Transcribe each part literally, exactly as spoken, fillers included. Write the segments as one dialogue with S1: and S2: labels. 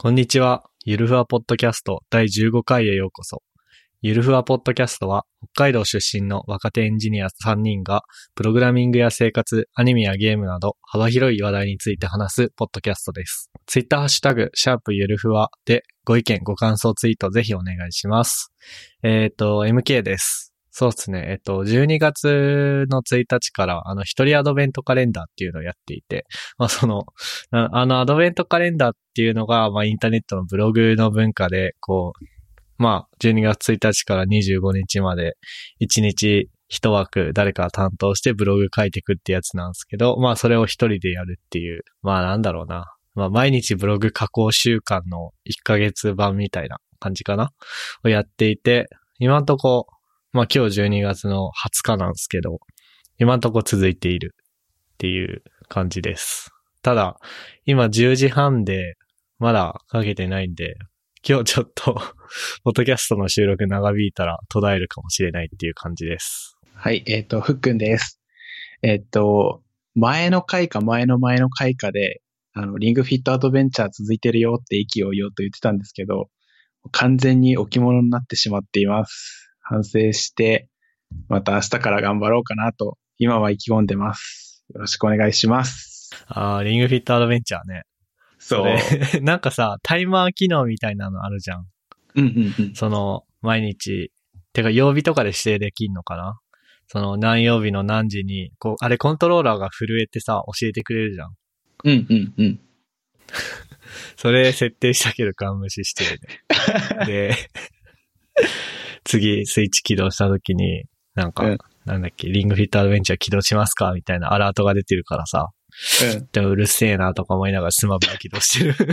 S1: こんにちは。ゆるふわポッドキャストだいじゅうごかいへようこそ。ゆるふわポッドキャストは北海道出身の若手エンジニアさんにんがプログラミングや生活、アニメやゲームなど幅広い話題について話すポッドキャストです。ツイッターハッシュタグ、シャープゆるふわでご意見ご感想ツイートぜひお願いします。えっと、エムケー です。そうですね。えっと、じゅうにがつのついたちから、あの、一人アドベントカレンダーっていうのをやっていて、まあ、その、ああの、アドベントカレンダーっていうのが、まあ、インターネットのブログの文化で、こう、まあ、じゅうにがつついたちからにじゅうごにちまで、いちにちいち枠誰か担当してブログ書いていくってやつなんですけど、まあ、それを一人でやるっていう、まあ、なんだろうな。まあ、毎日ブログ加工習慣のいっかげつ版みたいな感じかなをやっていて、今んとこ、まあ今日じゅうにがつのはつかなんですけど、今んとこ続いているっていう感じです。ただ、今じゅうじはんでまだ書けてないんで、今日ちょっと、ポッドキャストの収録長引いたら途絶えるかもしれないっていう感じです。
S2: はい、えっと、ふっくんです。えっと、前の回か前の前の回かで、あの、リングフィットアドベンチャー続いてるよって意気揚々と言ってたんですけど、完全に置物になってしまっています。反省して、また明日から頑張ろうかなと、今は意気込んでます。よろしくお願いします。
S1: あー、リングフィットアドベンチャーね。
S2: そう。
S1: それなんかさ、タイマー機能みたいなのあるじゃん。
S2: うんうんうん。
S1: その、毎日、てか曜日とかで指定できんのかな？その何曜日の何時に、こう、あれコントローラーが震えてさ、教えてくれるじゃん。
S2: うんうんうん。
S1: それ設定したけどガン無視してるね。で、次スイッチ起動した時に、なんか、うん、なんだっけ、リングフィットアドベンチャー起動しますかみたいなアラートが出てるからさ、うん、でもうるせえなとか思いながらスマブラ起動してる。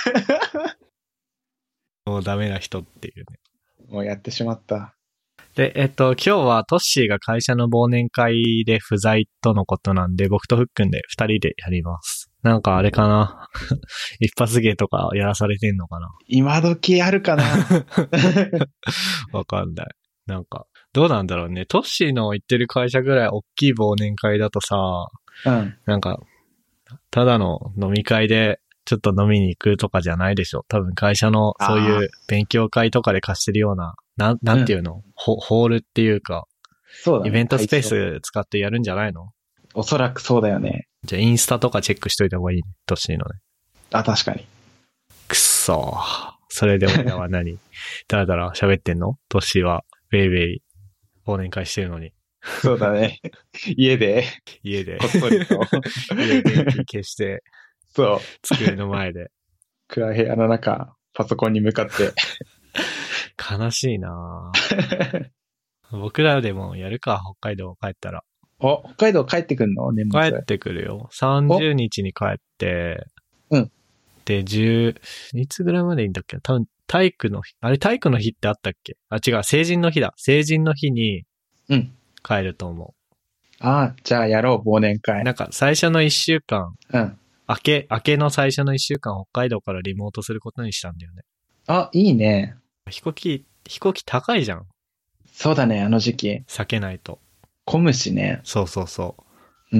S1: もうダメな人っていうね。
S2: もうやってしまった。
S1: で、えっと、今日はトッシーが会社の忘年会で不在とのことなんで、僕とふっくんで二人でやります。なんかあれかな一発芸とかやらされてんのかな
S2: 今時あるかな
S1: わかんない。なんか、どうなんだろうね。トッシーの行ってる会社ぐらい大きい忘年会だとさ、うん、なんか、ただの飲み会でちょっと飲みに行くとかじゃないでしょ。多分会社のそういう勉強会とかで貸してるような、なん、なんていうの、うん、ホ, ホールっていうか、そうだね、イベントスペース使ってやるんじゃないの？
S2: おそらくそうだよね。
S1: じゃあインスタとかチェックしといた方がいいね。トッシーのね。
S2: あ、確かに。
S1: くっそー。それで俺らは何だらだら喋ってんの？トッシーはベイベイ忘年会してるのに。
S2: そうだね。家で。
S1: 家で。
S2: こっそりと。
S1: 家で電気消して。
S2: そう。
S1: 机の前で。
S2: 暗い部屋の中、パソコンに向かって。
S1: 悲しいなぁ。僕らでもやるか、北海道帰ったら。
S2: お、北海道帰ってくんの？年末。
S1: 帰ってくるよ。さんじゅうにちに帰って、
S2: うん。
S1: で、じゅう、いつぐらいまでいいんだっけ？多分、体育の日、あれ体育の日ってあったっけ？あ、違う、成人の日だ。成人の日に、うん。帰ると思う。
S2: ああ、じゃあやろう、忘年会。
S1: なんか、最初のいっしゅうかん。
S2: うん。
S1: 明け、明けの最初のいっしゅうかん、北海道からリモートすることにしたんだよね。
S2: あ、いいね。
S1: 飛行機、飛行機高いじゃん。
S2: そうだね、あの時期。
S1: 避けないと。
S2: 混むしね。
S1: そうそうそう。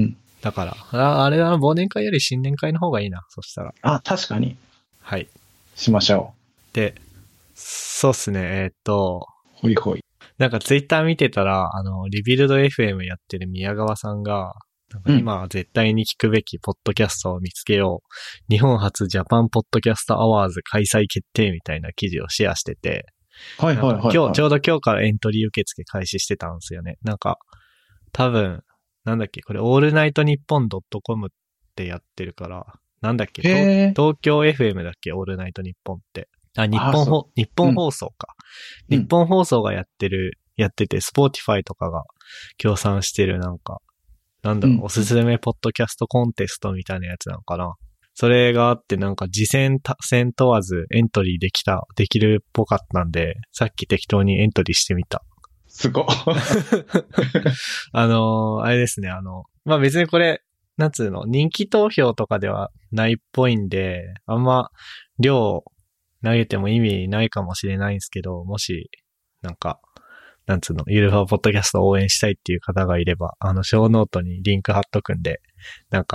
S2: うん。
S1: だから、あ、あれは忘年会より新年会の方がいいな、そしたら。
S2: あ、確かに。
S1: はい。
S2: しましょ
S1: う。で、そうっすね、えー、っと。
S2: ほいほい。
S1: なんかツイッター見てたら、あの、リビルド エフエム やってる宮川さんが、なんか今は絶対に聞くべきポッドキャストを見つけよう。日本初ジャパンポッドキャストアワーズ開催決定みたいな記事をシェアしてて。
S2: はいはいはい、はい。
S1: 今日、ちょうど今日からエントリー受付開始してたんですよね。なんか、多分、なんだっけ、これ、オールナイトニッポンドットコムってやってるから、なんだっけ、東, 東京 エフエム だっけ、オールナイトニッポンって。あ、日本ほ、日本放送か、うん。日本放送がやってる、やってて、スポーティファイとかが協賛してるなんか、なんだろう、うん、おすすめポッドキャストコンテストみたいなやつなのかな。それがあってなんか次戦他戦問わずエントリーできた、できるっぽかったんで、さっき適当にエントリーしてみた。
S2: すごっ。
S1: あのー、あれですね、あの、まあ、別にこれ、なんつうの、人気投票とかではないっぽいんで、あんま量投げても意味ないかもしれないんですけど、もし、なんか、なんつうの、ゆるふわポッドキャストを応援したいっていう方がいれば、あの、ショーノートにリンク貼っとくんで、なんか、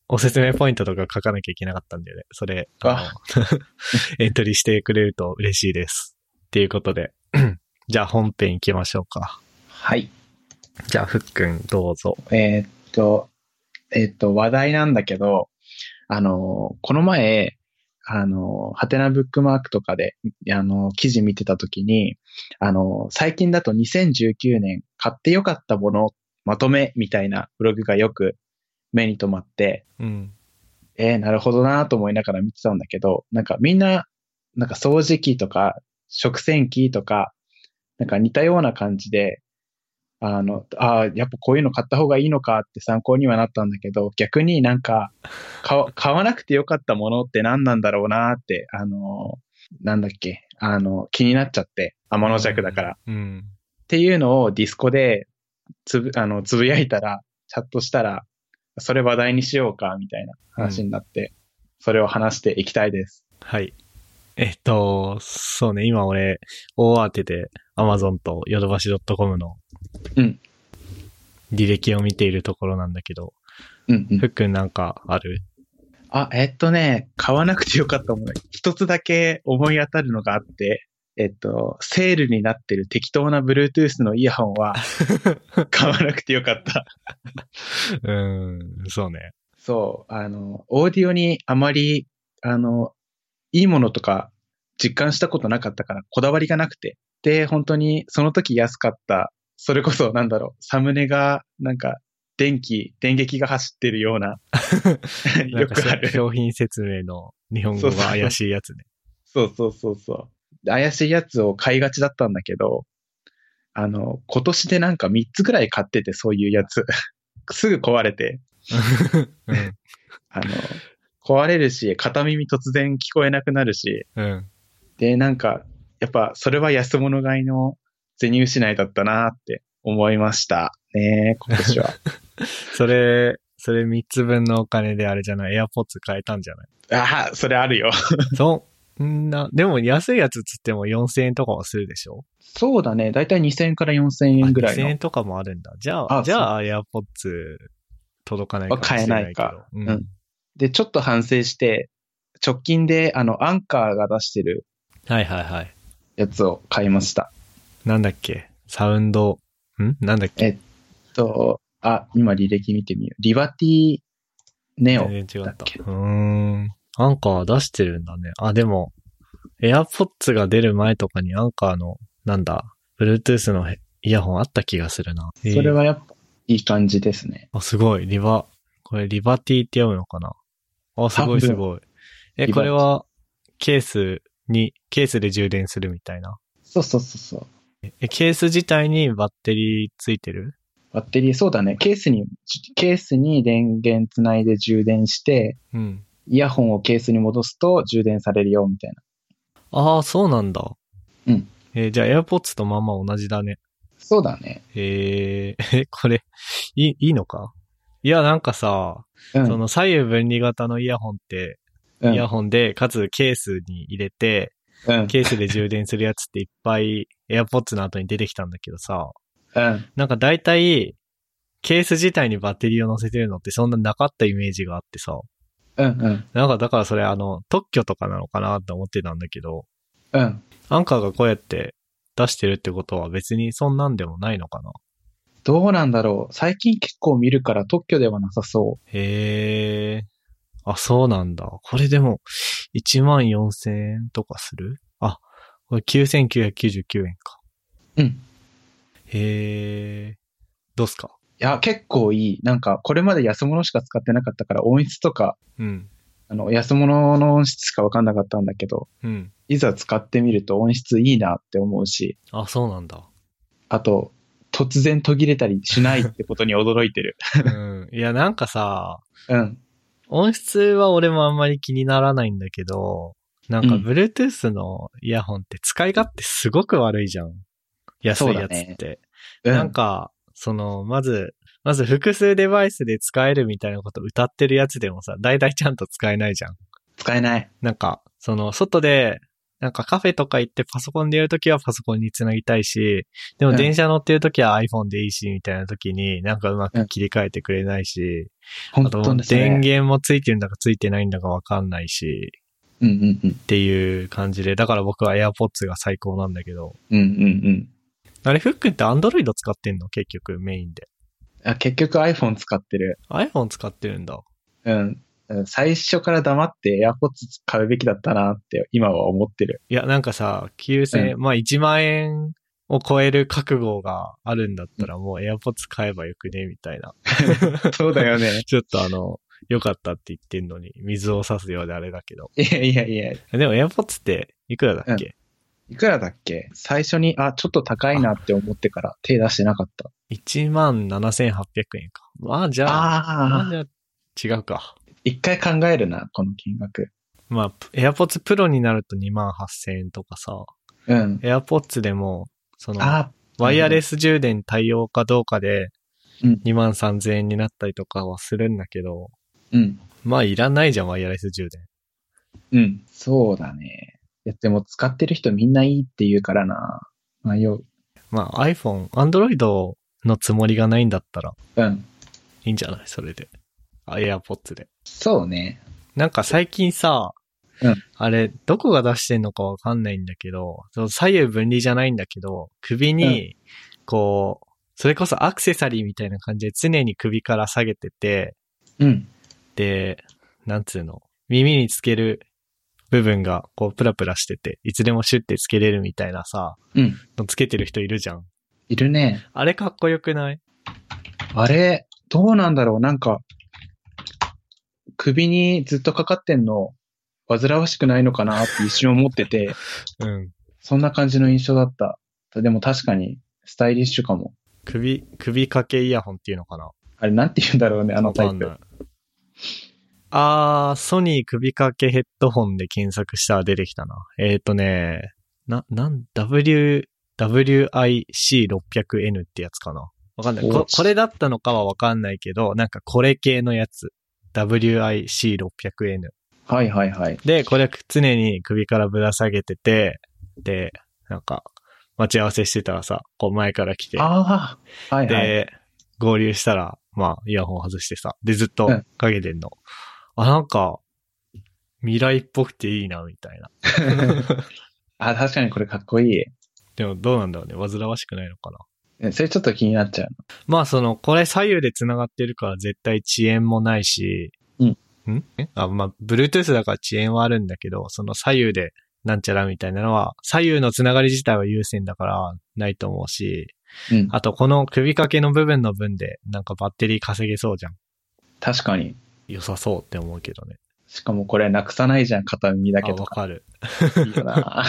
S1: おすすめポイントとか書かなきゃいけなかったんだよね。それ、
S2: あ
S1: エントリーしてくれると嬉しいです。っていうことで。じゃあ本編行きましょうか。
S2: はい。
S1: じゃあ、ふっくん、どうぞ。
S2: えーっと、えーっと、話題なんだけど、あの、この前、あの、ハテナブックマークとかで、あの、記事見てたときに、あの、最近だとにせんじゅうきゅうねん買ってよかったものまとめみたいなブログがよく目に留まって、
S1: うん。
S2: えー、なるほどなと思いながら見てたんだけど、なんかみんな、なんか掃除機とか食洗機とか、なんか似たような感じで、あの、ああ、やっぱこういうの買った方がいいのかって参考にはなったんだけど、逆になんか、買わ買わなくてよかったものって何なんだろうなって、あの、なんだっけ、あの、気になっちゃって、天の弱だから。
S1: うん。うん、
S2: っていうのをディスコでつぶ、あの、つぶやいたら、チャットしたら、それ話題にしようか、みたいな話になって、うん、それを話していきたいです。
S1: はい。えっと、そうね、今俺、大当てで Amazon とヨドバシ .com の履歴を見ているところなんだけど、
S2: うんうん、
S1: ふっくんなんかある？
S2: あ、えっとね、買わなくてよかったもの、一つだけ思い当たるのがあって、えっと、セールになってる適当な Bluetooth のイヤホンは買わなくてよかった。
S1: うーん、そうね。
S2: そう、あの、オーディオにあまり、あの、いいものとか実感したことなかったからこだわりがなくて。で、本当にその時安かった、それこそなんだろう、サムネがなんか電気、電撃が走ってるような、よくある。
S1: 商品説明の日本語が怪しいやつね。
S2: そうそうそうそう。怪しいやつを買いがちだったんだけど、あの、今年でなんかみっつぐらい買ってて、そういうやつ。すぐ壊れて。うん、あの、壊れるし、片耳突然聞こえなくなるし。
S1: うん、
S2: で、なんか、やっぱそれは安物買いの銭失いだったなって思いましたね、今年は。
S1: それ、それみっつぶんのお金であれじゃない、AirPods 買えたんじゃない？
S2: ああ、それあるよ。
S1: そんな、でも安いやつつってもよんせんえんとかはするでしょ？
S2: そうだね。だいたいにせんえんからよんせんえんぐらいの。
S1: にせんえんとかもあるんだ。じゃあ、あじゃあ AirPods 届かないかもしれないけど。買えないか。
S2: うん。で、ちょっと反省して、直近で、あの、アンカーが出してる。
S1: はいはいはい。
S2: やつを買いました。
S1: なんだっけ？サウンド、んなんだっけ？
S2: えっと、あ、今履歴見てみよう。リバティネオだっけ？
S1: 全然違った。うーん。アンカー出してるんだね。あ、でも、AirPods が出る前とかにアンカーの、なんだ、Bluetooth のイヤホンあった気がするな。
S2: それはやっぱいい感じですね。
S1: あ、すごい。リバ、これリバティって読むのかな？あ、すごいすごい。え、これはケースに、ケースで充電するみたいな。
S2: そうそうそうそう。
S1: え、ケース自体にバッテリーついてる？
S2: バッテリー、そうだね。ケースに、ケースに電源つないで充電して、うん、イヤホンをケースに戻すと充電されるよ、みたいな。
S1: ああ、そうなんだ。
S2: うん。
S1: えー、じゃあ AirPods とまんま同じだね。
S2: そうだね。
S1: えー、え、これ、いい、いいのか？いや、なんかさ、うん、その左右分離型のイヤホンって、うん、イヤホンで、かつケースに入れて、うん、ケースで充電するやつっていっぱい AirPods の後に出てきたんだけどさ、うん、なんか大体、ケース自体にバッテリーを乗せてるのってそんななかったイメージがあってさ、うんうん。なんかだからそれあの、特許とかなのかなって思ってたんだけど、うん。アンカーがこうやって出してるってことは別にそんなんでもないのかな？
S2: どうなんだろう。最近結構見るから特許ではなさそう。
S1: へー。あ、そうなんだ。これでも、いちまんよんせんえんとかする？あ、これきゅうせんきゅうひゃくきゅうじゅうきゅうえんか。うん。へー。どうすか？
S2: いや、結構いい。なんか、これまで安物しか使ってなかったから音質とか、うん。あの、安物の音質しかわかんなかったんだけど、うん。いざ使ってみると音質いいなって思うし。
S1: あ、そうなんだ。
S2: あと、突然途切れたりしないってことに驚いてる。
S1: うん。いや、なんかさ、うん。音質は俺もあんまり気にならないんだけど、なんか Bluetooth のイヤホンって使い勝手すごく悪いじゃん。安いやつって。うん、なんか、その、まず、まず複数デバイスで使えるみたいなこと歌ってるやつでもさ、大体ちゃんと使えないじゃん。
S2: 使えない。
S1: なんか、その、外でなんかカフェとか行ってパソコンでやるときはパソコンにつなぎたいし、でも電車乗ってるときは iPhone でいいし、みたいなときになんかうまく切り替えてくれないし、
S2: うん、
S1: あと
S2: 本当ですね。
S1: 電源もついてるんだかついてないんだかわかんないし、
S2: うんうんうん。
S1: っていう感じで、だから僕は AirPods が最高なんだけど。
S2: うんうんうん。
S1: あれ、フックって Android 使ってんの？結局メインで。
S2: あ、結局 iPhone 使ってる。
S1: iPhone 使ってるんだ。
S2: うん。最初から黙って AirPods 買うべきだったなって今は思ってる。
S1: いや、なんかさ、きゅうせん、うん、まあいちまん円を超える覚悟があるんだったらもう AirPods 買えばよくねみたいな。
S2: そうだよね。
S1: ちょっとあの、良かったって言ってんのに、水を差すようであれだけど。
S2: いやいやいや。
S1: でも AirPods っていくらだっけ、
S2: うん、いくらだっけ最初に、あ、ちょっと高いなって思ってから手出してなかった。
S1: いちまんななせんはっぴゃくえんか。まあじゃあ、
S2: あ
S1: まあじゃあ違うか。
S2: 一回考えるな、この金額。
S1: まあ、AirPods Pro になるとにまんはっせんえんとかさ。
S2: うん。
S1: AirPods でも、その、ワイヤレス充電対応かどうかで、にまんさんぜんえんになったりとかはするんだけど、
S2: うん。
S1: まあいらないじゃん、ワイヤレス充電。
S2: うん。そうだね。いや、でも使ってる人みんないいって言うからな。迷う。
S1: まあ iPhone、Android のつもりがないんだったら、
S2: うん。
S1: いいんじゃないそれで。AirPods で。
S2: そうね。
S1: なんか最近さ、
S2: うん、
S1: あれ、どこが出してんのかわかんないんだけど、その左右分離じゃないんだけど、首に、こう、それこそアクセサリーみたいな感じで常に首から下げてて、
S2: うん。
S1: で、なんつうの、耳につける部分がこうプラプラしてて、いつでもシュッてつけれるみたいなさ、
S2: うん。
S1: のつけてる人いるじゃん。
S2: いるね。
S1: あれかっこよくない？
S2: あれ、どうなんだろうなんか、首にずっとかかってんの、煩わしくないのかなって一瞬思ってて、
S1: うん。
S2: そんな感じの印象だった。でも確かに、スタイリッシュかも。
S1: 首、首掛けイヤホンっていうのかな？
S2: あれ、なんて言うんだろうね、あのタイプ。
S1: あー、ソニー首掛けヘッドホンで検索したら出てきたな。えーとね、な、なん、W、ダブリューアイシーろっぴゃくエヌ ってやつかな。わかんないこ。これだったのかはわかんないけど、なんかこれ系のやつ。ダブリューアイシーろっぴゃくエヌ。
S2: はいはいはい。
S1: で、これ常に首からぶら下げてて、で、なんか、待ち合わせしてたらさ、こう前から来て。
S2: ああ、はいはい。
S1: で、合流したら、まあ、イヤホン外してさ、で、ずっとかけてんの。うん、あ、なんか、未来っぽくていいな、みたいな。
S2: あ、確かにこれかっこいい。
S1: でもどうなんだろうね。煩わしくないのか
S2: な。それちょっと気になっちゃう。
S1: まあその、これ左右で繋がってるから絶対遅延もないし、
S2: うん。
S1: んあ、まあ、Bluetooth だから遅延はあるんだけど、その左右でなんちゃらみたいなのは、左右の繋がり自体は優先だからないと思うし、
S2: うん。
S1: あとこの首掛けの部分の分でなんかバッテリー稼げそうじゃん。
S2: 確かに。
S1: 良さそうって思うけどね。
S2: しかもこれなくさないじゃん、片耳だけとか。
S1: あ、わかる。
S2: いいよな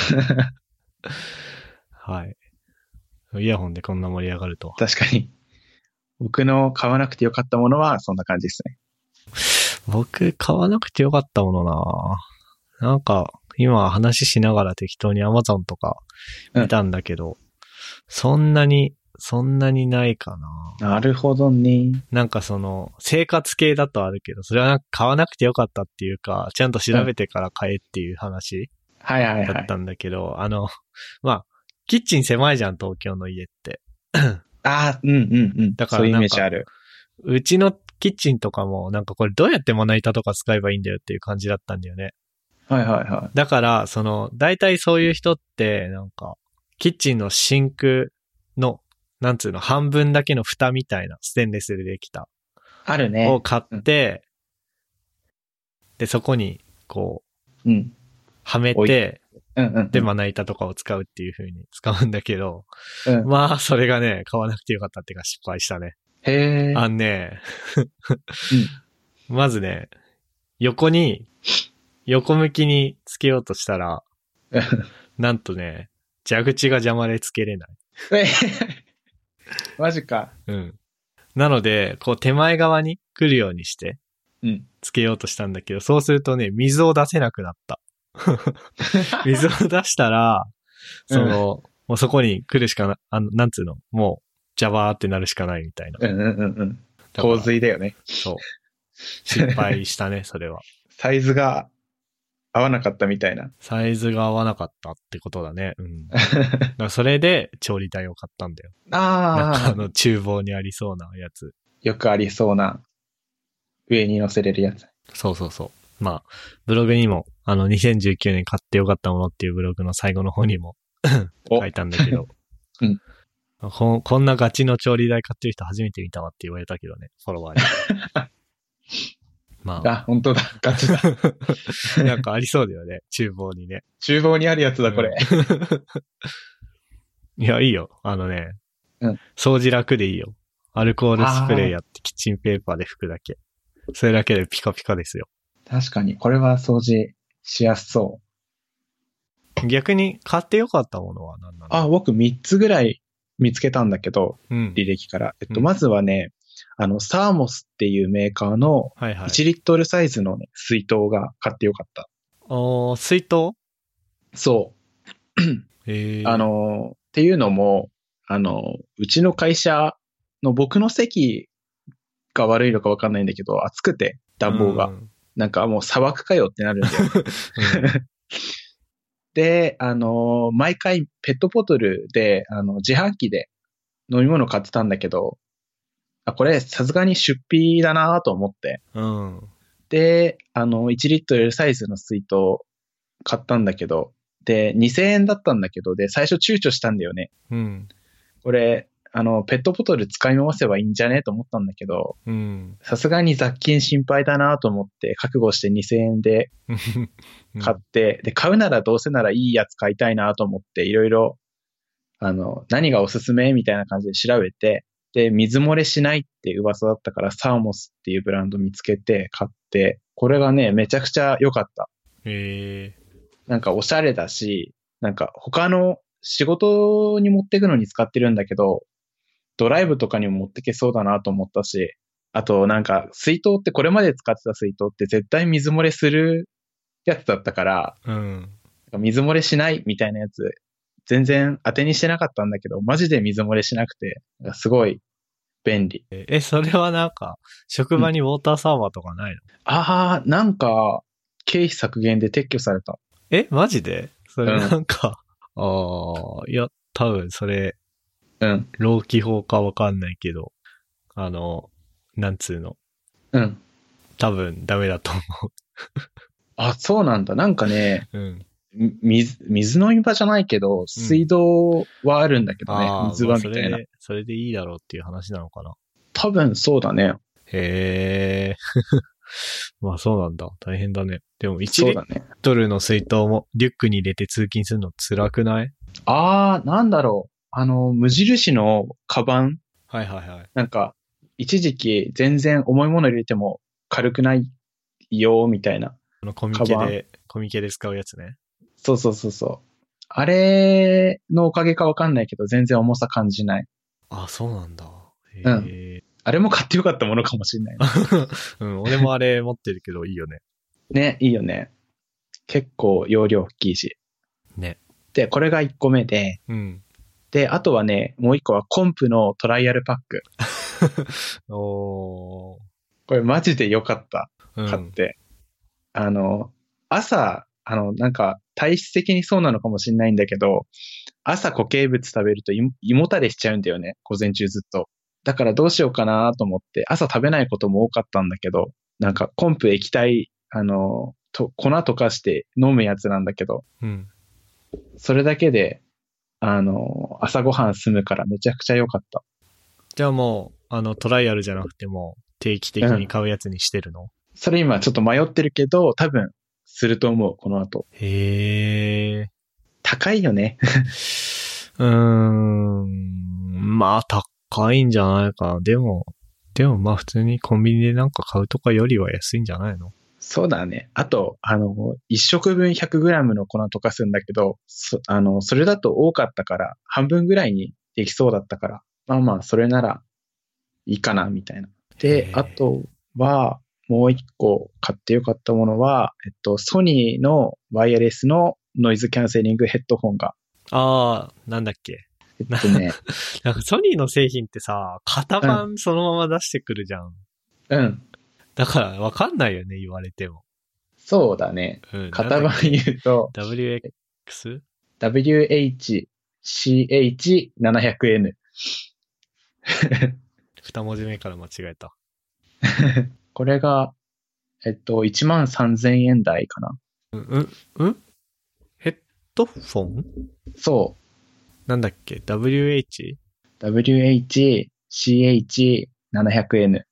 S1: はい。イヤホンでこんな盛り上がるとは。
S2: 確かに。僕の買わなくてよかったものはそんな感じですね。
S1: 僕買わなくてよかったものななんか今話しながら適当に Amazon とか見たんだけど、うん、そんなにそんなにないかな。
S2: なるほどね。
S1: なんかその生活系だとあるけど、それはなんか買わなくてよかったっていうか、ちゃんと調べてから買えっていう話
S2: はいはいはい。
S1: だったんだけど、あのまあキッチン狭いじゃん東京の家って。
S2: ああ、うんうんうん。だからそういうイメージある。
S1: うちのキッチンとかもなんかこれどうやってまな板とか使えばいいんだよっていう感じだったんだよね。
S2: はいはいはい。
S1: だからその大体そういう人ってなんかキッチンのシンクのなんつうの半分だけの蓋みたいなステンレスでできた
S2: あるね
S1: を買って、うん、でそこにこう、うん、はめて、
S2: うんうんうん、
S1: でまな板とかを使うっていう風に使うんだけど、
S2: うん、
S1: まあそれがね買わなくてよかったっていうか失敗したね。
S2: へー。
S1: あんね、
S2: うん、
S1: まずね、横に、横向きにつけようとしたら、なんとね、蛇口が邪魔でつけれない。
S2: マジか。
S1: うん。なので、こう手前側に来るようにして、
S2: うん。
S1: つけようとしたんだけど、そうするとね、水を出せなくなった。水を出したら、その、うん、もうそこに来るしかな、あの、なんつうの、もう、ジャバーってなるしかないみたいな。
S2: うんうんうんうん。洪水だよね。
S1: そう。失敗したね、それは。
S2: サイズが合わなかったみたいな。
S1: サイズが合わなかったってことだね。うん。だからそれで調理台を買ったんだよ。なんかあ
S2: ああ、
S1: の厨房にありそうなやつ。
S2: よくありそうな、上に乗せれるやつ。
S1: そうそうそう。まあ、ブログにも、あの、にせんじゅうきゅうねん買ってよかったものっていうブログの最後の方にも書いたんだけど。
S2: うん
S1: こ。こんなガチの調理台買ってる人初めて見たわって言われたけどね、フォロワーに。まあ。
S2: あ、本当だ。ガチだ。
S1: なんかありそうだよね、厨房にね。
S2: 厨房にあるやつだ、これ。
S1: いや、いいよ。あのね、
S2: うん、
S1: 掃除楽でいいよ。アルコールスプレーやってキッチンペーパーで拭くだけ。それだけでピカピカですよ。
S2: 確かに、これは掃除しやすそう。
S1: 逆に買ってよかったものは何なの？
S2: あ、僕みっつぐらい見つけたんだけど、
S1: うん、
S2: 履歴から。えっと、
S1: うん、
S2: まずはね、あの、サーモスっていうメーカーのいちリットルサイズの、ね、水筒が買ってよかった。
S1: おー、水筒？
S2: そう。
S1: へー。
S2: あの、っていうのも、あの、うちの会社の僕の席が悪いのかわかんないんだけど、暑くて、暖房が。うん、なんかもう砂漠かよってなるんだよ、ね。うん、で、あの、毎回ペットボトルで、あの、自販機で飲み物買ってたんだけど、あ、これさすがに出費だなと思って。
S1: うん、
S2: で、あの、いちリットルサイズの水筒買ったんだけど、で、にせんえんだったんだけど、で、最初躊躇したんだよね。
S1: うん。
S2: これ、あの、ペットボトル使い回せばいいんじゃねと思ったんだけど、さすがに雑菌心配だなと思って覚悟してにせんえんで買って、うん、で、買うならどうせならいいやつ買いたいなと思っていろいろ、あの、何がおすすめみたいな感じで調べて、で、水漏れしないって噂だったからサーモスっていうブランド見つけて買って、これがね、めちゃくちゃ良かった。
S1: へー。
S2: なんかおしゃれだし、なんか他の仕事に持ってくのに使ってるんだけど、ドライブとかにも持ってけそうだなと思ったし、あとなんか水筒ってこれまで使ってた水筒って絶対水漏れするやつだったから、
S1: うん、
S2: 水漏れしないみたいなやつ全然当てにしてなかったんだけど、マジで水漏れしなくて、すごい便利。
S1: え、それはなんか職場にウォーターサーバーとかないの？うん、
S2: ああ、なんか経費削減で撤去された。
S1: え、マジで？それなんか、うん、ああ、いや、多分それ、
S2: うん。
S1: 労基法かわかんないけど、あの、なんつうの。
S2: うん。
S1: 多分ダメだと思う。
S2: あ、そうなんだ。なんかね、
S1: うん、
S2: 水、水飲み場じゃないけど、水道はあるんだけどね。
S1: うん、
S2: 水場みたいな、
S1: まあそれ。それでいいだろうっていう話なのかな。
S2: 多分そうだね。
S1: へえ。まあそうなんだ。大変だね。でもいちリットルの水筒もリュックに入れて通勤するの辛くない？
S2: あー、なんだろう。あの、無印のカバン。
S1: はいはいはい。
S2: なんか、一時期全然重いもの入れても軽くないよ、みたいな。
S1: あのコミケで、コミケで使うやつね。
S2: そうそうそうそう。あれのおかげかわかんないけど、全然重さ感じない。
S1: あ、そうなんだ。へ
S2: うん。あれも買ってよかったものかもしれない、ね。
S1: うん、俺もあれ持ってるけどいいよね。
S2: ね、いいよね。結構容量大きいし。
S1: ね。
S2: で、これがいっこめで、
S1: うん。
S2: で、あとはね、もういっこはコンプのトライアルパック。
S1: おー。
S2: これマジで良かった。買って。うん、あの、朝、あの、なんか、体質的にそうなのかもしれないんだけど、朝固形物食べると胃胃もたれしちゃうんだよね。午前中ずっと。だからどうしようかなと思って、朝食べないことも多かったんだけど、なんかコンプ液体、あの、と粉溶かして飲むやつなんだけど、
S1: うん、
S2: それだけで、あの、朝ごはん済むからめちゃくちゃ良かった。
S1: じゃあもう、あの、トライアルじゃなくても、定期的に買うやつにしてるの？うん、
S2: それ今ちょっと迷ってるけど、多分、すると思う、この後。
S1: へー。
S2: 高いよね。
S1: うーん、まあ、高いんじゃないかな。でも、でもまあ普通にコンビニでなんか買うとかよりは安いんじゃないの？
S2: そうだね。あと、あの、いっ食分 ひゃくグラム の粉溶かすんだけど、そ、あの、それだと多かったから、半分ぐらいにできそうだったから、まあまあ、それならいいかな、みたいな。で、あとは、もう一個買ってよかったものは、えっと、ソニーのワイヤレスのノイズキャンセリングヘッドホンが。
S1: ああ、なんだっけ。
S2: えっとね。
S1: なんかソニーの製品ってさ、型番そのまま出してくるじゃん。
S2: うん。
S1: だからわかんないよね、言われても。
S2: そうだね。
S1: うん。
S2: 型番言うと、
S1: ダブリューエックス？
S2: ダブリューエイチシーエイチななひゃくエヌ。
S1: 二文字目から間違えた。
S2: これが、えっと、いちまんさんぜんえん台かな。
S1: うん、うん、うんヘッドフォン？
S2: そう。
S1: なんだっけ ?ダブリューエイチ？
S2: ダブリューエイチシーエイチななひゃくエヌ。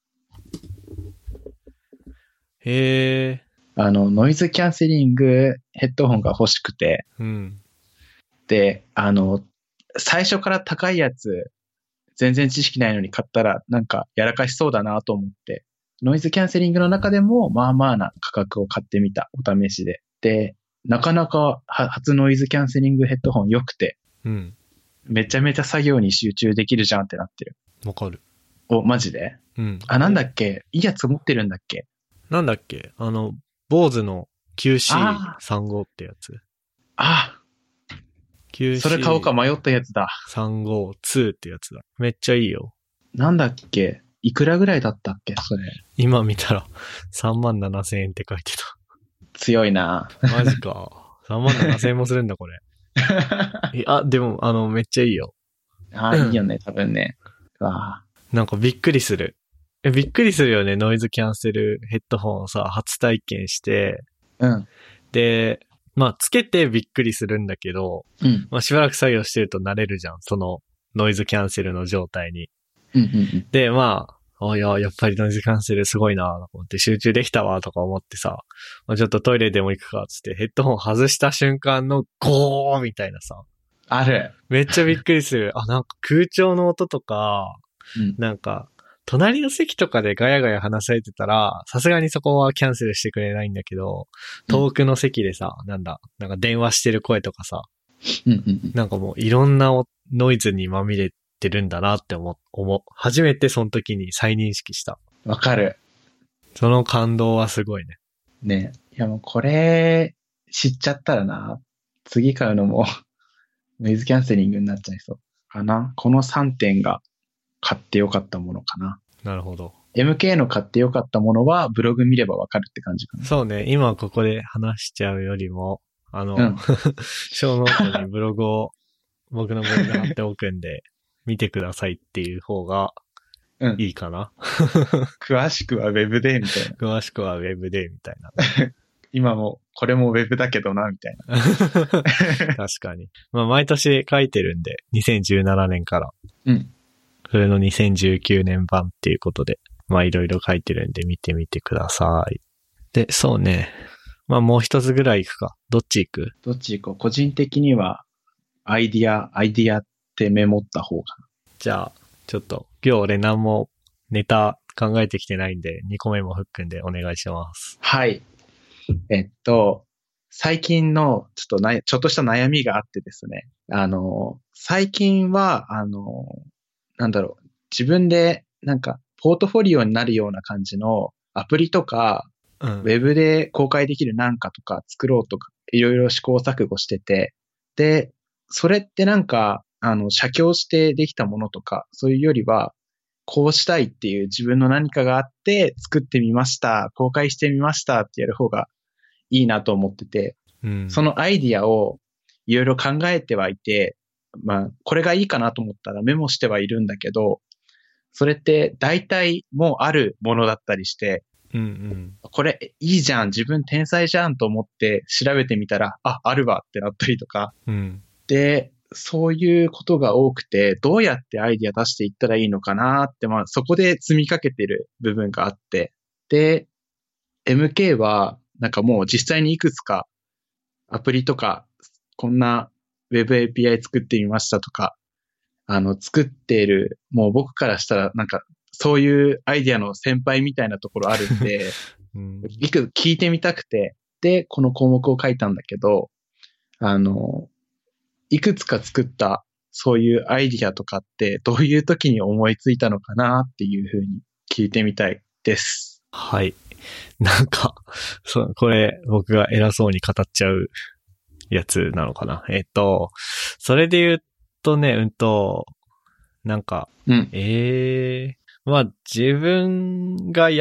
S1: へえ。
S2: あの、ノイズキャンセリングヘッドホンが欲しくて、
S1: うん。
S2: で、あの、最初から高いやつ、全然知識ないのに買ったら、なんかやらかしそうだなと思って、ノイズキャンセリングの中でも、まあまあな価格を買ってみた、お試しで。で、なかなか初ノイズキャンセリングヘッドホン良くて、
S1: うん。
S2: めちゃめちゃ作業に集中できるじゃんってなってる。
S1: わかる。
S2: お、マジで？
S1: うん。
S2: あ、なんだっけ？いいやつ持ってるんだっけ？
S1: なんだっけあの、坊主の キューシーさんじゅうご ってやつ。
S2: あ、
S1: キューシー
S2: それ買おうか迷ったやつだ。
S1: さんじゅうごにってやつだ。めっちゃいいよ。
S2: なんだっけ？いくらぐらいだったっけそれ。
S1: 今見たらさんまんななせんえんって書いて
S2: 強いな。
S1: た。マジか。さんまんななせんえんもするんだ、これ。いや、でも、あの、めっちゃいいよ。
S2: ああ、いいよね、多分ね。わあ。
S1: なんかびっくりする。え、びっくりするよね、ノイズキャンセルヘッドホンをさ、初体験して。
S2: うん。
S1: で、まあ、つけてびっくりするんだけど、
S2: うん。
S1: まあ、しばらく作業してると慣れるじゃん、そのノイズキャンセルの状態に。
S2: うんうんうん。
S1: で、まあ、あ、いや、やっぱりノイズキャンセルすごいなと思って集中できたわとか思ってさ、まあ、ちょっとトイレでも行くかつってヘッドホン外した瞬間のゴーみたいなさ。
S2: ある。
S1: めっちゃびっくりする。あ、なんか空調の音とか、
S2: うん。
S1: なんか、隣の席とかでガヤガヤ話されてたら、さすがにそこはキャンセルしてくれないんだけど、遠くの席でさ、なんだ、なんか電話してる声とかさ、
S2: うんうんうん。
S1: なんかもういろんなノイズにまみれてるんだなって思、思、初めてその時に再認識した。
S2: わかる。
S1: その感動はすごいね。
S2: ね。いやもうこれ、知っちゃったらな、次買うのも、ノイズキャンセリングになっちゃいそう。かな。このさんてんが買ってよかったものかな。
S1: なるほど。
S2: エムケー の買ってよかったものはブログ見ればわかるって感じかな。
S1: そうね、今ここで話しちゃうよりも、あの、
S2: うん、
S1: ショーノートにブログを、僕のブログ貼っておくんで、見てくださいっていう方が
S2: うん、
S1: いいかな。
S2: 詳しくはウェブで、みたいな。
S1: 詳しくはウェブで、みたいな。
S2: 今も、これもウェブだけどな、みたいな。
S1: 確かに。まあ、毎年書いてるんで、にせんじゅうななねんから。
S2: うん。
S1: それのにせんじゅうきゅうねん版っていうことで、まあ、いろいろ書いてるんで見てみてください。で、そうね。まあ、もう一つぐらい行くか。どっち行く？
S2: どっち行こう。個人的には、アイディア、アイディアってメモった方かな。
S1: じゃあ、ちょっと、今日俺何もネタ考えてきてないんで、にこめも含んでお願いします。
S2: はい。えっと、最近のちょっとな、ちょっとした悩みがあってですね。あの、最近は、あの、なんだろう、自分でなんか、ポートフォリオになるような感じのアプリとか、
S1: うん。
S2: ウェブで公開できるなんかとか作ろうとか、いろいろ試行錯誤してて、で、それってなんか、あの、写経してできたものとか、そういうよりは、こうしたいっていう自分の何かがあって作ってみました、公開してみましたってやる方がいいなと思ってて、
S1: うん、
S2: そのアイディアをいろいろ考えてはいて、まあ、これがいいかなと思ったらメモしてはいるんだけど、それって大体もうあるものだったりして、
S1: うんうん、
S2: これいいじゃん、自分天才じゃんと思って調べてみたら、あ、あるわってなったりとか。
S1: うん、
S2: で、そういうことが多くて、どうやってアイディア出していったらいいのかなって、まあそこで積みかけてる部分があって。で、エムケー はなんかもう実際にいくつかアプリとか、こんな Web エーピーアイ 作ってみましたとか、あの、作っている、もう僕からしたらなんかそういうアイディアの先輩みたいなところあるんで、
S1: うん、
S2: いく聞いてみたくて、で、この項目を書いたんだけど、あの、いくつか作ったそういうアイディアとかってどういう時に思いついたのかなっていうふうに聞いてみたいです。
S1: はい。なんか、そう、これ僕が偉そうに語っちゃうやつなのかな。えっと、それで言うとね、うんと、なんか、
S2: うん。
S1: ええー、まあ自分がやっ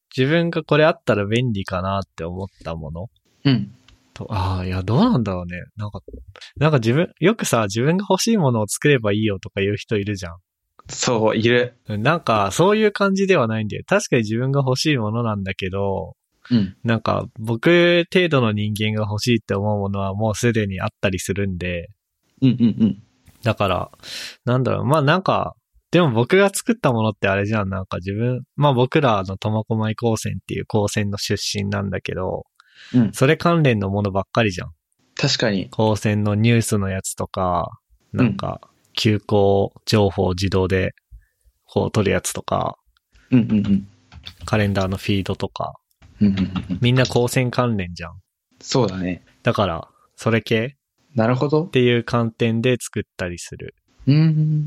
S1: 自分がこれあったら便利かなって思ったもの
S2: うん。
S1: と、ああ、いや、どうなんだろうね。なんか、なんか自分、よくさ、自分が欲しいものを作ればいいよとか言う人いるじゃん。
S2: そう、いる。
S1: なんか、そういう感じではないんだよ。確かに自分が欲しいものなんだけど、
S2: うん。
S1: なんか、僕程度の人間が欲しいって思うものはもうすでにあったりするんで、
S2: うんうんうん。
S1: だから、なんだろう、まあなんか、でも僕が作ったものってあれじゃん、なんか自分、まあ僕らの苫小牧高専っていう高専の出身なんだけど、
S2: うん。
S1: それ関連のものばっかりじゃん。
S2: 確かに。
S1: 高専のニュースのやつとか、なんか、休校情報を自動でこう取るやつとか、
S2: うんうんうん。
S1: カレンダーのフィードとか、
S2: うんうんうん。
S1: みんな高専関連じゃん。
S2: そうだね。
S1: だから、それ系
S2: なるほど。
S1: っていう観点で作ったりする。
S2: うん。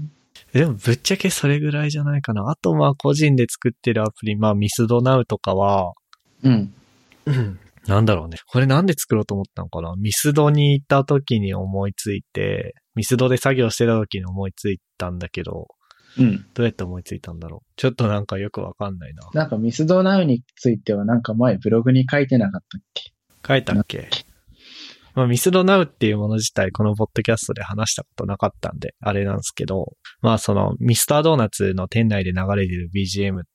S1: でもぶっちゃけそれぐらいじゃないかな。あとまあ個人で作ってるアプリ、まあミスドナウとかは、
S2: うん。
S1: なんだろうね。これなんで作ろうと思ったのかな。ミスドに行った時に思いついて、ミスドで作業してた時に思いついたんだけど、
S2: うん。
S1: どうやって思いついたんだろう。ちょっとなんかよくわかんないな。
S2: なんかミスドナウについてはなんか前ブログに書いてなかったっけ？
S1: 書いたっけ？まあミスドナウっていうもの自体このポッドキャストで話したことなかったんで、あれなんですけど、まあそのミスタードーナツの店内で流れてる ビージーエム って、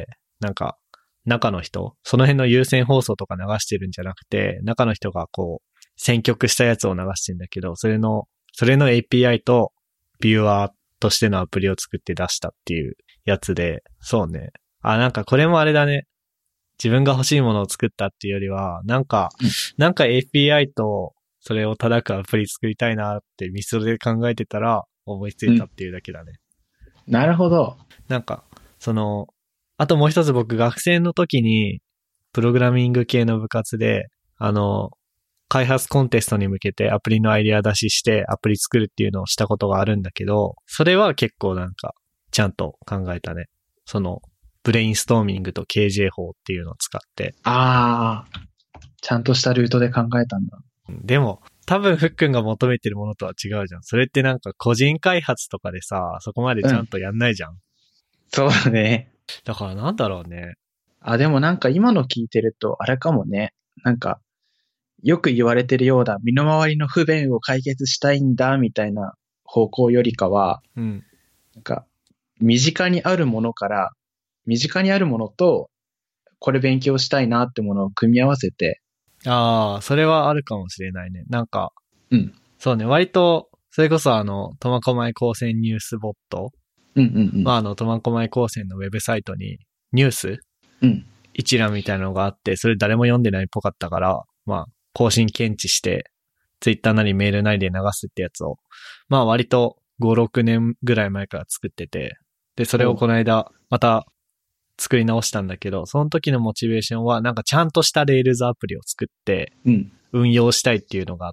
S1: なんか中の人、その辺の有線放送とか流してるんじゃなくて、中の人がこう選曲したやつを流してるんだけど、それの、それの エーピーアイ とビューアーとしてのアプリを作って出したっていうやつで、そうね。あ、なんかこれもあれだね。自分が欲しいものを作ったっていうよりは、なんか、
S2: うん
S1: なんか エーピーアイ とそれを叩くアプリ作りたいなってミスドで考えてたら思いついたっていうだけだね。
S2: なるほど。
S1: なんか、その、あともう一つ僕学生の時にプログラミング系の部活で、あの、開発コンテストに向けてアプリのアイデア出ししてアプリ作るっていうのをしたことがあるんだけど、それは結構なんかちゃんと考えたね。その、ブレインストーミングと ケージェー 法っていうのを使って。
S2: ああ、ちゃんとしたルートで考えたんだ。
S1: でも、多分ふっくんが求めてるものとは違うじゃん。それってなんか個人開発とかでさ、そこまでちゃんとやんないじゃん。うん、
S2: そうだね。
S1: だからなんだろうね。
S2: あ、でもなんか今の聞いてると、あれかもね。なんか、よく言われてるようだ、身の回りの不便を解決したいんだ、みたいな方向よりかは、
S1: うん。
S2: なんか、身近にあるものから、身近にあるものと、これ勉強したいなってものを組み合わせて。
S1: ああ、それはあるかもしれないね。なんか、
S2: うん。
S1: そうね、割と、それこそあの、苫小牧高専ニュースボット。
S2: うんうんうん。
S1: まああの、苫小牧高専のウェブサイトに、ニュース、
S2: うん、
S1: 一覧みたいなのがあって、それ誰も読んでないっぽかったから、まあ、更新検知して、ツイッターなりメールなりで流すってやつを、まあ割とご、ろくねんぐらい前から作ってて、で、それをこの間、また作り直したんだけど、その時のモチベーションは、なんかちゃんとしたレールズアプリを作って、運用したいっていうのがあって、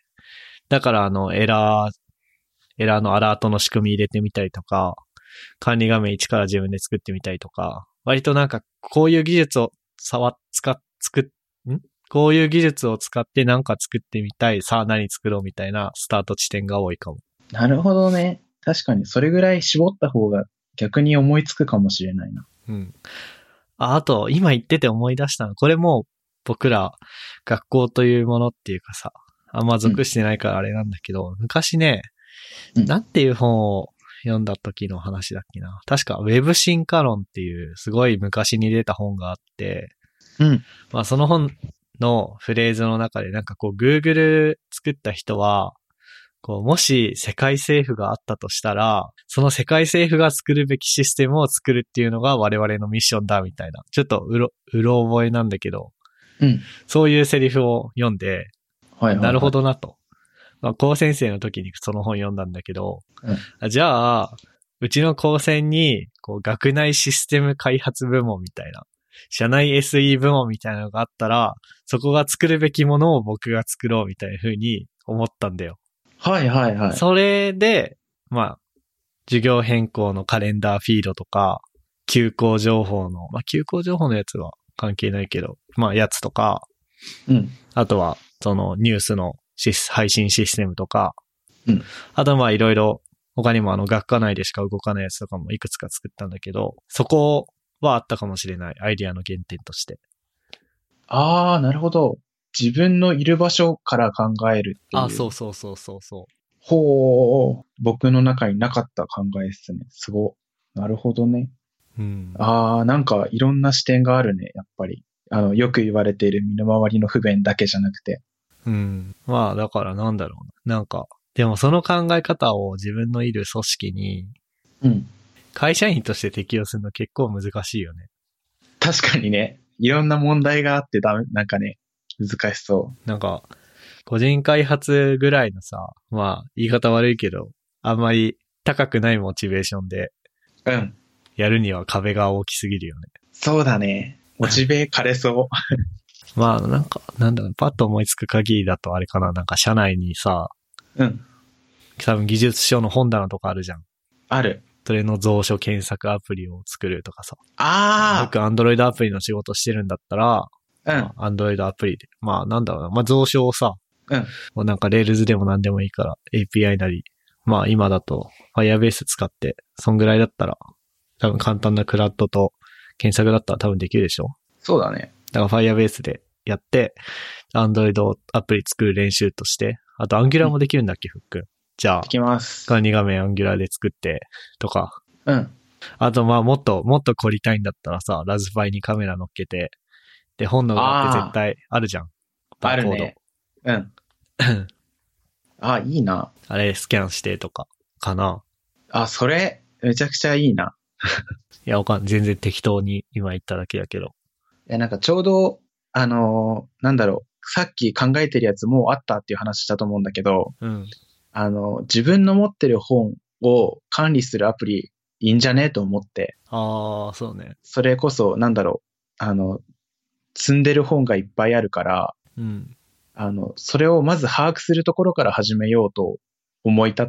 S1: だからあの、エラー、エラーのアラートの仕組み入れてみたりとか、管理画面一から自分で作ってみたりとか、割となんかこういう技術を触っ、使っ、作っ、んこういう技術を使ってなんか作ってみたい、さあ何作ろうみたいなスタート地点が多いかも。
S2: なるほどね。確かにそれぐらい絞った方が逆に思いつくかもしれないな。
S1: うん。あ、あと、今言ってて思い出したの。これも僕ら学校というものっていうかさ、あんま属してないからあれなんだけど、うん、昔ね、うん、なんていう本を読んだ時の話だっけな。確か、ウェブ進化論っていうすごい昔に出た本があって、
S2: うん。
S1: まあその本のフレーズの中でなんかこう Google 作った人は、こうもし世界政府があったとしたら、その世界政府が作るべきシステムを作るっていうのが我々のミッションだみたいな。ちょっとうろ、うろ覚えなんだけど、
S2: うん。
S1: そういうセリフを読んで、はいはいはい、なるほどなと。まあ、高専生の時にその本読んだんだけど、うん、じゃあ、うちの高専に、こう、学内システム開発部門みたいな、社内 エスイー 部門みたいなのがあったら、そこが作るべきものを僕が作ろうみたいな風に思ったんだよ。
S2: はいはいはい。
S1: それで、まあ、授業変更のカレンダーフィードとか、休校情報の、まあ、休校情報のやつは関係ないけど、まあ、やつとか、
S2: うん。
S1: あとは、そのニュースの配信システムとか、
S2: うん。
S1: あとまあいろいろ他にもあの学科内でしか動かないやつとかもいくつか作ったんだけど、そこはあったかもしれない。アイディアの原点として。
S2: ああ、なるほど。自分のいる場所から考えるっていう。
S1: あ、そうそうそうそうそう。
S2: ほう。僕の中になかった考えですね。すご。なるほどね。
S1: うん。
S2: ああ、なんかいろんな視点があるね、やっぱり。あの、よく言われている身の回りの不便だけじゃなくて。
S1: うん。まあ、だからなんだろうな。なんか、でもその考え方を自分のいる組織に、
S2: うん。
S1: 会社員として適用するの結構難しいよね。
S2: 確かにね、いろんな問題があってダメ、なんかね、難しそ
S1: なんか、個人開発ぐらいのさ、まあ、言い方悪いけど、あんまり高くないモチベーションで、
S2: う。うん。
S1: やるには壁が大きすぎるよね。
S2: そうだね。モチベ枯れそう。
S1: まあ、なんか、なんだろう、パッと思いつく限りだとあれかな、なんか社内にさ、
S2: うん。
S1: 多分技術書の本棚とかあるじゃん。
S2: ある。
S1: それの蔵書検索アプリを作るとかさ。
S2: あ
S1: 僕、アンドロイドアプリの仕事してるんだったら、
S2: あ。うん。
S1: まあ、アンドロイドアプリで。まあ、なんだろうな。まあ、蔵書をさ、
S2: うん。
S1: もうなんか Rails でも何でもいいから エーピーアイ なり。まあ、今だと Firebase 使って、そんぐらいだったら、多分簡単なクラッドと検索だったら多分できるでしょ。
S2: そうだね。
S1: だから Firebase でやって、アンドロイドアプリ作る練習として、あと Angular もできるんだっけ、フック。じゃあ、
S2: できます。
S1: 管理画面 Angular で作って、とか。
S2: うん。
S1: あと、まあ、もっと、もっと凝りたいんだったらさ、ラズパイにカメラ乗っけて、で、本の裏って絶対あるじゃん。
S2: あるね。うん。あ、いいな。
S1: あれ、スキャンしてとか、かな。
S2: あ、それ、めちゃくちゃいいな。
S1: いや、わかんない。全然適当に今言っただけだけど。
S2: いや、なんかちょうど、あのーなんだろう、さっき考えてるやつもうあったっていう話したと思うんだけど、
S1: うん。
S2: あの、自分の持ってる本を管理するアプリいいんじゃねと思って、
S1: ああ、そうね。
S2: それこそ、なんだろう、あの、積んでる本がいっぱいあるから、
S1: うん。
S2: あの、それをまず把握するところから始めようと思い立って、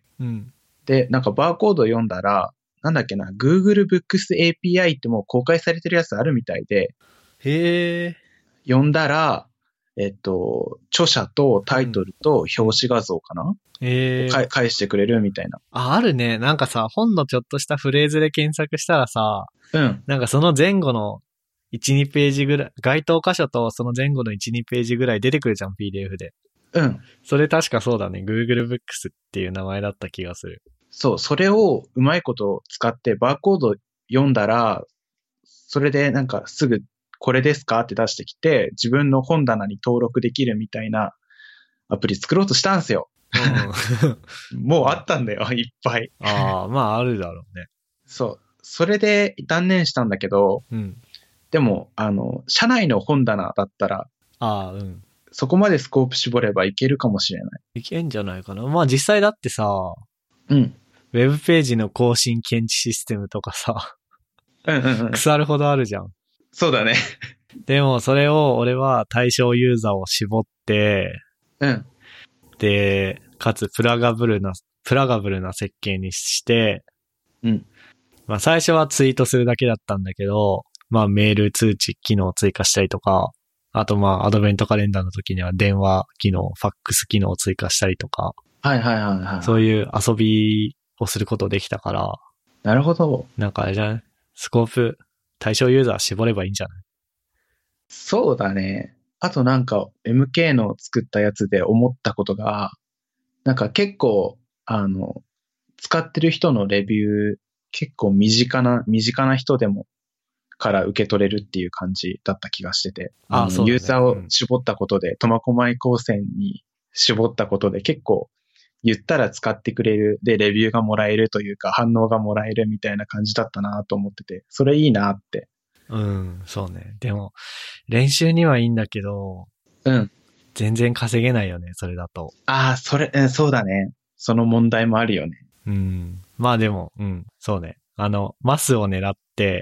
S1: うん。
S2: で、なんかバーコード読んだら、なんだっけな、Google Books エーピーアイ ってもう公開されてるやつあるみたいで、
S1: へえ。
S2: 読んだら、えっと、著者とタイトルと表紙画像かな、
S1: ええ。
S2: か返してくれるみたいな。
S1: あ、あるね。なんかさ、本のちょっとしたフレーズで検索したらさ、
S2: うん。
S1: なんかその前後のいち、にページぐらい、該当箇所とその前後のいち、にページぐらい出てくるじゃん、ピーディーエフ で。
S2: うん。
S1: それ確かそうだね。Google Books っていう名前だった気がする。
S2: そう、それをうまいこと使ってバーコード読んだら、それでなんかすぐこれですかって出してきて、自分の本棚に登録できるみたいなアプリ作ろうとしたんですよ。
S1: うん。
S2: もうあったんだよ、いっぱい。
S1: ああ、まああるだろうね。
S2: そう。それで断念したんだけど、
S1: うん。
S2: でも、あの、社内の本棚だったら、
S1: ああ、うん。
S2: そこまでスコープ絞ればいけるかもしれない。
S1: いけんじゃないかな。まあ実際だってさ、
S2: うん。
S1: ウェブページの更新検知システムとかさ、
S2: うんうんうん。
S1: 腐るほどあるじゃん。
S2: そうだね。
S1: でもそれを俺は対象ユーザーを絞って、
S2: うん。
S1: で、かつプラガブルな、プラガブルな設計にして、
S2: うん。
S1: まあ最初はツイートするだけだったんだけど、まあメール通知機能を追加したりとか、あとまあアドベントカレンダーの時には電話機能、ファックス機能を追加したりとか、
S2: はいはいはいはい。
S1: そういう遊びをすることできたから、
S2: なるほど。
S1: なんかあれじゃない？スコープ、対象ユーザー絞ればいいんじゃない？
S2: そうだね。あとなんか エムケー の作ったやつで思ったことが、なんか結構、あの、使ってる人のレビュー、結構身近な、身近な人でもから受け取れるっていう感じだった気がしてて、
S1: あそうだね
S2: のユーザーを絞ったことで、苫小牧高専に絞ったことで結構言ったら使ってくれる、で、レビューがもらえるというか、反応がもらえるみたいな感じだったなと思ってて、それいいなって。
S1: うん、そうね。でも、練習にはいいんだけど、
S2: うん。
S1: 全然稼げないよね、それだと。
S2: ああ、それ、うんそうだね。その問題もあるよね。
S1: うん。まあでも、うん、そうね。あの、マスを狙って、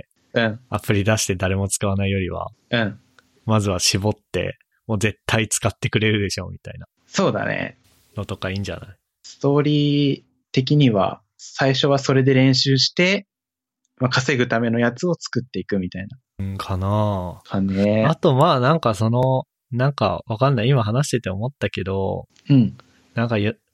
S2: うん。
S1: アプリ出して誰も使わないよりは、
S2: うん。
S1: まずは絞って、もう絶対使ってくれるでしょ、みたいな
S2: そうだね。
S1: のとかいいんじゃない？
S2: ストーリー的には、最初はそれで練習して、まあ、稼ぐためのやつを作っていくみたいな。
S1: うん、かな
S2: かね。
S1: あと、まあ、なんかその、なんかわかんない。今話してて思ったけど、
S2: うん。
S1: なんか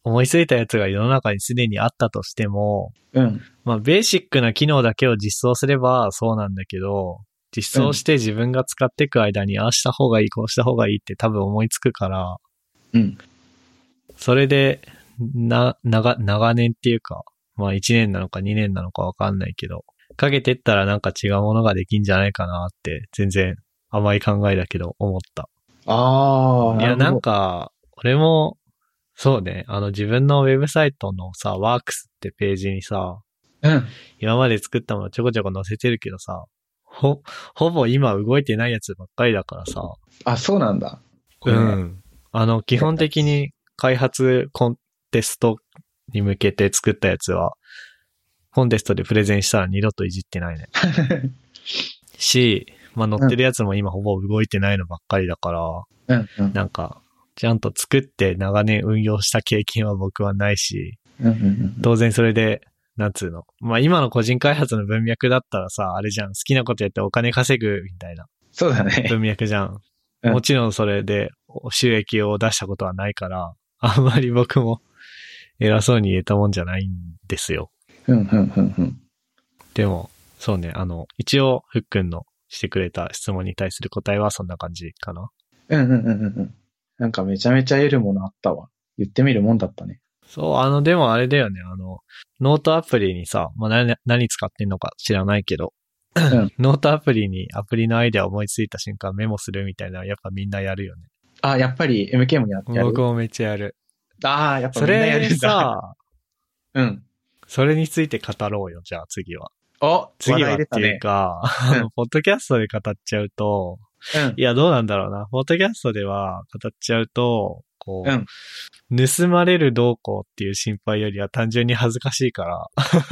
S1: 思いついたやつが世の中にすでにあったとしても、
S2: うん。
S1: まあベーシックな機能だけを実装すればそうなんだけど、実装して自分が使っていく間に、ああした方がいい、こうした方がいいって多分思いつくから、
S2: うん。
S1: それで、な、長、長年っていうか、まあいちねんなのかにねんなのかわかんないけど、かけてったらなんか違うものができんじゃないかなって、全然甘い考えだけど思った。
S2: ああ、
S1: いや、なん
S2: なるほど。
S1: か、俺も、そうね、あの自分のウェブサイトのさ、ワークスってページにさ、
S2: うん。
S1: 今まで作ったものちょこちょこ載せてるけどさ、ほ、ほぼ今動いてないやつばっかりだからさ、
S2: あ、そうなんだ。こ
S1: う
S2: れね。
S1: ん。あの、基本的に開発コンテストに向けて作ったやつは、コンテストでプレゼンしたら二度といじってないね。し、まあ載ってるやつも今ほぼ動いてないのばっかりだから、
S2: うんうん。
S1: なんか、ちゃんと作って長年運用した経験は僕はないし、
S2: うんうんうん。
S1: 当然それで、なんつうの。まあ今の個人開発の文脈だったらさ、あれじゃん、好きなことやってお金稼ぐみたいな
S2: そうだね。
S1: 文脈じゃん。
S2: うん
S1: もちろんそれで収益を出したことはないから、あんまり僕も偉そうに言えたもんじゃないんですよ。
S2: うんうんうんうん。
S1: でも、そうね、あの、一応、ふっくんのしてくれた質問に対する答えはそんな感じかな。
S2: うんうんうんうんうん。なんかめちゃめちゃ得るものあったわ。言ってみるもんだったね。
S1: そう、あの、でもあれだよね、あの、ノートアプリにさ、まあ、何、何使ってんのか知らないけど、
S2: うん。
S1: ノートアプリにアプリのアイデア思いついた瞬間メモするみたいなのやっぱみんなやるよね。
S2: あ、やっぱり エムケー もややる。
S1: 僕もめっちゃやる。
S2: ああ、やっぱ
S1: そ
S2: みんなやる
S1: れ
S2: んだ。
S1: さ、
S2: うん。
S1: それについて語ろうよ、じゃあ次は。
S2: お、話
S1: 次はっていう
S2: 題出たね。
S1: か、あの、ポッドキャストで語っちゃうと、
S2: うん
S1: い。や、どうなんだろうな。ポッドキャストでは語っちゃうと、こう、
S2: うん。
S1: 盗まれるどうこうっていう心配よりは単純に恥ずかしいから、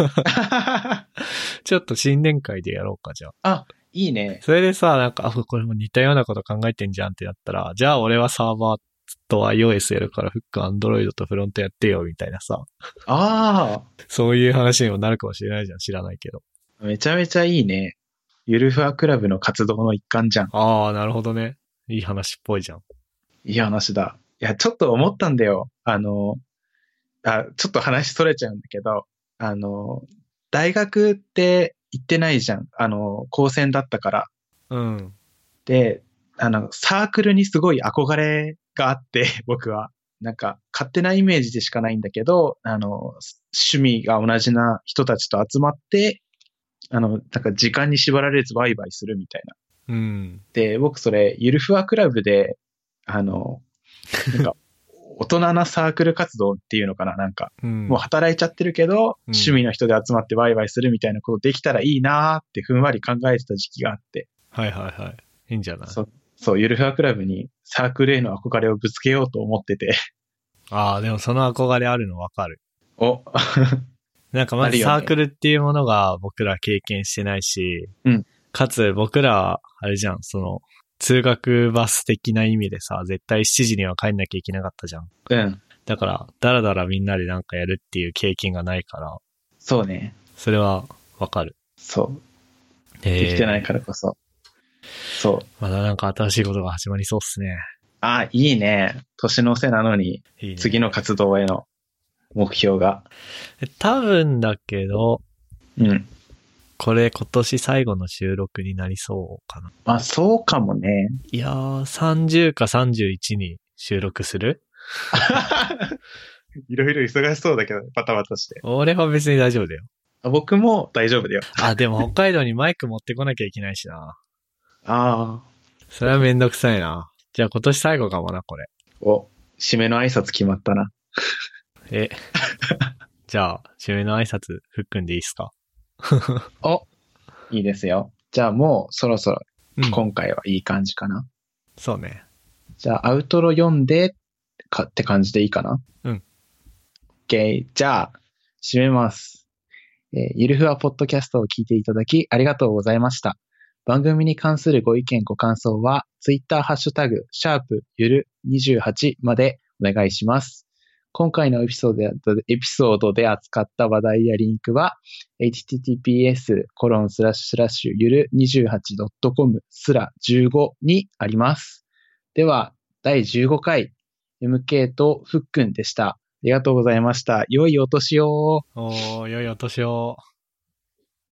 S1: ちょっと新年会でやろうか、じゃあ。
S2: あ、いいね。
S1: それでさ、なんか、あ、これも似たようなこと考えてんじゃんってなったら、じゃあ俺はサーバーと iOS やるから、フック、Android とフロントやってよ、みたいなさ。
S2: あ
S1: そういう話にもなるかもしれないじゃん、知らないけど。
S2: あ、めちゃめちゃいいね。ゆるふわクラブの活動の一環じゃん。
S1: ああ、なるほどね。いい話っぽいじゃん。
S2: いい話だ。いや、ちょっと思ったんだよ。あの、あ、ちょっと話それちゃうんだけど、あの、大学って行ってないじゃん。あの、高専だったから。
S1: うん。
S2: で、あの、サークルにすごい憧れがあって、僕は。なんか、勝手なイメージでしかないんだけど、あの、趣味が同じな人たちと集まって、あの、なんか時間に縛られずワイワイするみたいな。
S1: うん。
S2: で、僕それ、ゆるふわクラブで、あの、なんか、大人なサークル活動っていうのかななんか、
S1: うん。
S2: もう働いちゃってるけど、
S1: うん
S2: 趣味の人で集まってワイワイするみたいなことできたらいいなーってふんわり考えてた時期があって、
S1: はいはいはい。いいんじゃない？
S2: そう、そう、ゆるふわクラブにサークルへの憧れをぶつけようと思ってて、
S1: ああ、でもその憧れあるのわかる。
S2: お、
S1: なんかまず
S2: あるよね
S1: サークルっていうものが僕ら経験してないし、
S2: うん
S1: かつ僕ら、あれじゃん、その、通学バス的な意味でさ、絶対しちじには帰んなきゃいけなかったじゃん。
S2: うん、
S1: だから、だらだらみんなでなんかやるっていう経験がないから、
S2: そうね、
S1: それはわかる。
S2: そう、
S1: え
S2: できてないからこそ。そう。
S1: まだなんか新しいことが始まりそうっすね。
S2: あ、いいね。年の瀬なのに、
S1: いいね。
S2: 次の活動への目標が。
S1: 多分だけど、
S2: うん。
S1: これ今年最後の収録になりそうかな。
S2: まあ、そうかもね。
S1: いやー、さんじゅうかさんじゅういちに収録する？
S2: いろいろ忙しそうだけど、バタバタして。
S1: 俺は別に大丈夫だよ。
S2: あ、僕も大丈夫だよ。
S1: あ、でも北海道にマイク持ってこなきゃいけないしな。
S2: ああ。
S1: それはめんどくさいな。じゃあ今年最後かもな、これ。
S2: お、締めの挨拶決まったな。
S1: え。じゃあ、締めの挨拶、ふっくんでいいっすか？
S2: お、いいですよ。じゃあもうそろそろ
S1: うん。
S2: 今回はいい感じかな。
S1: そうね。
S2: じゃあアウトロ読んでかって感じでいいかな。
S1: うん。
S2: OK。じゃあ、締めます。えーゆるふわポッドキャストを聞いていただきありがとうございました。番組に関するご意見ご感想は、ツイッターハッシュタグ、シャープゆるにじゅうはちまでお願いします。今回のエピソードで、エピソードで扱った話題やリンクは、エイチティーティーピーエスコロンスラッシュスラッシュゆるにじゅうはちドットコムスラじゅうごにあります。では、だいじゅうごかい、エムケー とふっくんでした。 りがとうございました。良いお年を。
S1: おー、良いお年を。